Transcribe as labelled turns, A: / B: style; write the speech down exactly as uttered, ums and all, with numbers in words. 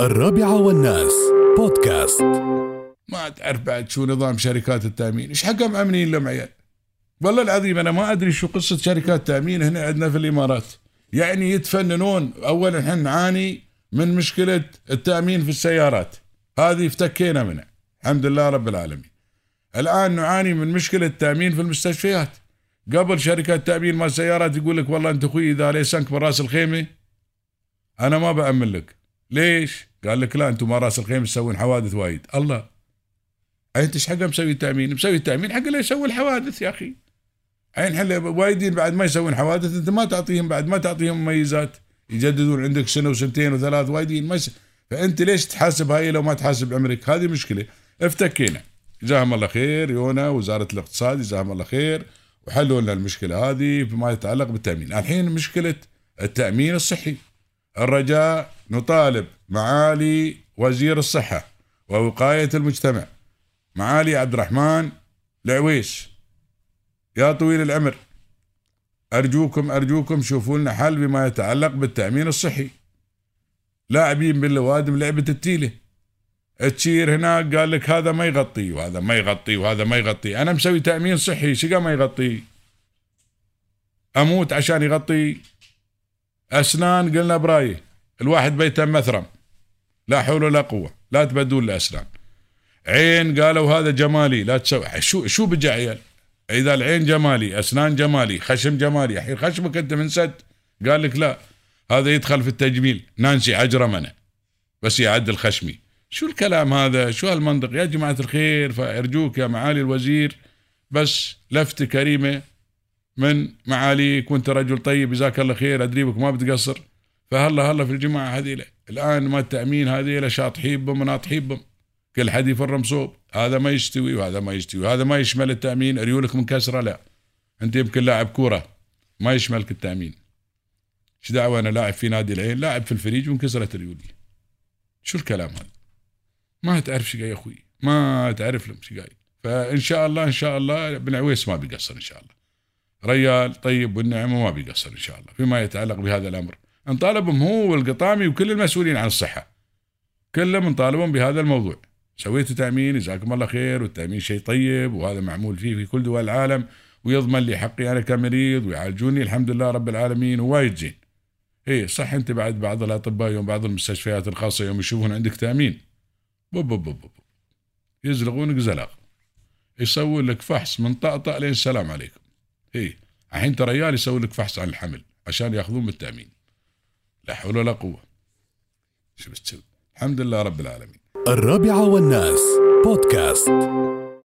A: الرابعة والناس بودكاست.
B: ما تعرف بعد شو نظام شركات التأمين، إيش حقا مأمنين لهم عيال. والله العظيم أنا ما أدري شو قصة شركات تأمين هنا عندنا في الإمارات. يعني يتفننون. أولا نحن نعاني من مشكلة التأمين في السيارات، هذه افتكينا منها الحمد لله رب العالمين. الآن نعاني من مشكلة التأمين في المستشفيات. قبل شركات تأمين مال السيارات يقول لك والله أنت أخوي إذا عليه سنك براس الخيمة أنا ما بأمن لك. ليش؟ قال لك لا أنتم ما راس الخيمة تسوون حوادث وايد. الله، أنت إيش حقا مسوي التأمين؟ مسوي التأمين حق اللي يسوي الحوادث يا أخي. عين حل وايدين بعد ما يسوون حوادث أنت ما تعطيهم، بعد ما تعطيهم مميزات يجددون عندك سنة وسنتين وثلاث وايدين ما يس... فأنت ليش تحاسب هاي لو ما تحاسب عمرك؟ هذه مشكلة. افتكينا جزاهم الله خير يونا وزارة الاقتصاد جزاهم الله خير وحلوا لنا المشكلة هذه فيما يتعلق بالتأمين. الحين مشكلة التأمين الصحي. الرجاء نطالب معالي وزير الصحة ووقاية المجتمع معالي عبد الرحمن العويس يا طويل العمر، أرجوكم أرجوكم شوفوا لنا حل بما يتعلق بالتأمين الصحي. لاعبين باللوادم لعبة التيلة، تشير هناك قال لك هذا ما يغطي وهذا ما يغطي وهذا ما يغطي. أنا مسوي تأمين صحي شقا ما يغطي؟ أموت عشان يغطي؟ أسنان قلنا برايه الواحد بيته مثرم، لا حول ولا قوة، لا تبدون الأسنان. عين قالوا هذا جمالي لا تسوي. شو شو بجا عيال؟ إذا العين جمالي، أسنان جمالي، خشم جمالي، الحين خشمك أنت من سد قال لك لا هذا يدخل في التجميل. نانسي عجرم أنا بس يعدل خشمي. شو الكلام هذا؟ شو هالمنطق يا جماعة الخير؟ فأرجوك يا معالي الوزير بس لفتة كريمة من معاليك، وانت رجل طيب جزاك الله خير، أدريبك ما بتقصر. فهلا هلا في الجماعة هذه الآن ما التأمين هذه شاطحين بهم وناطحين بهم، كل حد يفر مصوب، هذا ما يستوي وهذا ما يستوي وهذا ما يشمل التأمين. ريولك منكسرة لا انت يمكن لاعب كورة ما يشملك التأمين. ايش دعوة انا لاعب في نادي العين لاعب في الفريج وانكسرت ريولي؟ شو الكلام هذا؟ ما تعرف شقاي يا اخوي، ما تعرف لهم شقاي. فان شاء الله ان شاء الله بن عويس ما بيقصر ان شاء الله، ريال طيب والنعمة ما بيقصر ان شاء الله فيما يتعلق بهذا الامر. نطالبهم هو والقطامي وكل المسؤولين عن الصحة كلهم نطالبهم بهذا الموضوع. سويتوا تأمين جزاكم الله خير، والتأمين شيء طيب وهذا معمول فيه في كل دول العالم ويضمن لي حقي أنا كمريض ويعالجوني الحمد لله رب العالمين ووايد زين. إيه صح أنت بعد بعض الأطباء يوم بعض المستشفيات الخاصة يوم يشوفون عندك تأمين بوب بوب بوب يزلقونك زلق، يسوون لك فحص من طقطق لين السلام عليكم. إيه الحين ترى ريال يسوي لك فحص عن الحمل عشان ياخذون بالتأمين، لا حول ولا قوة. شو بتسوي؟ الحمد لله رب العالمين.
A: الرابعة والناس بودكاست.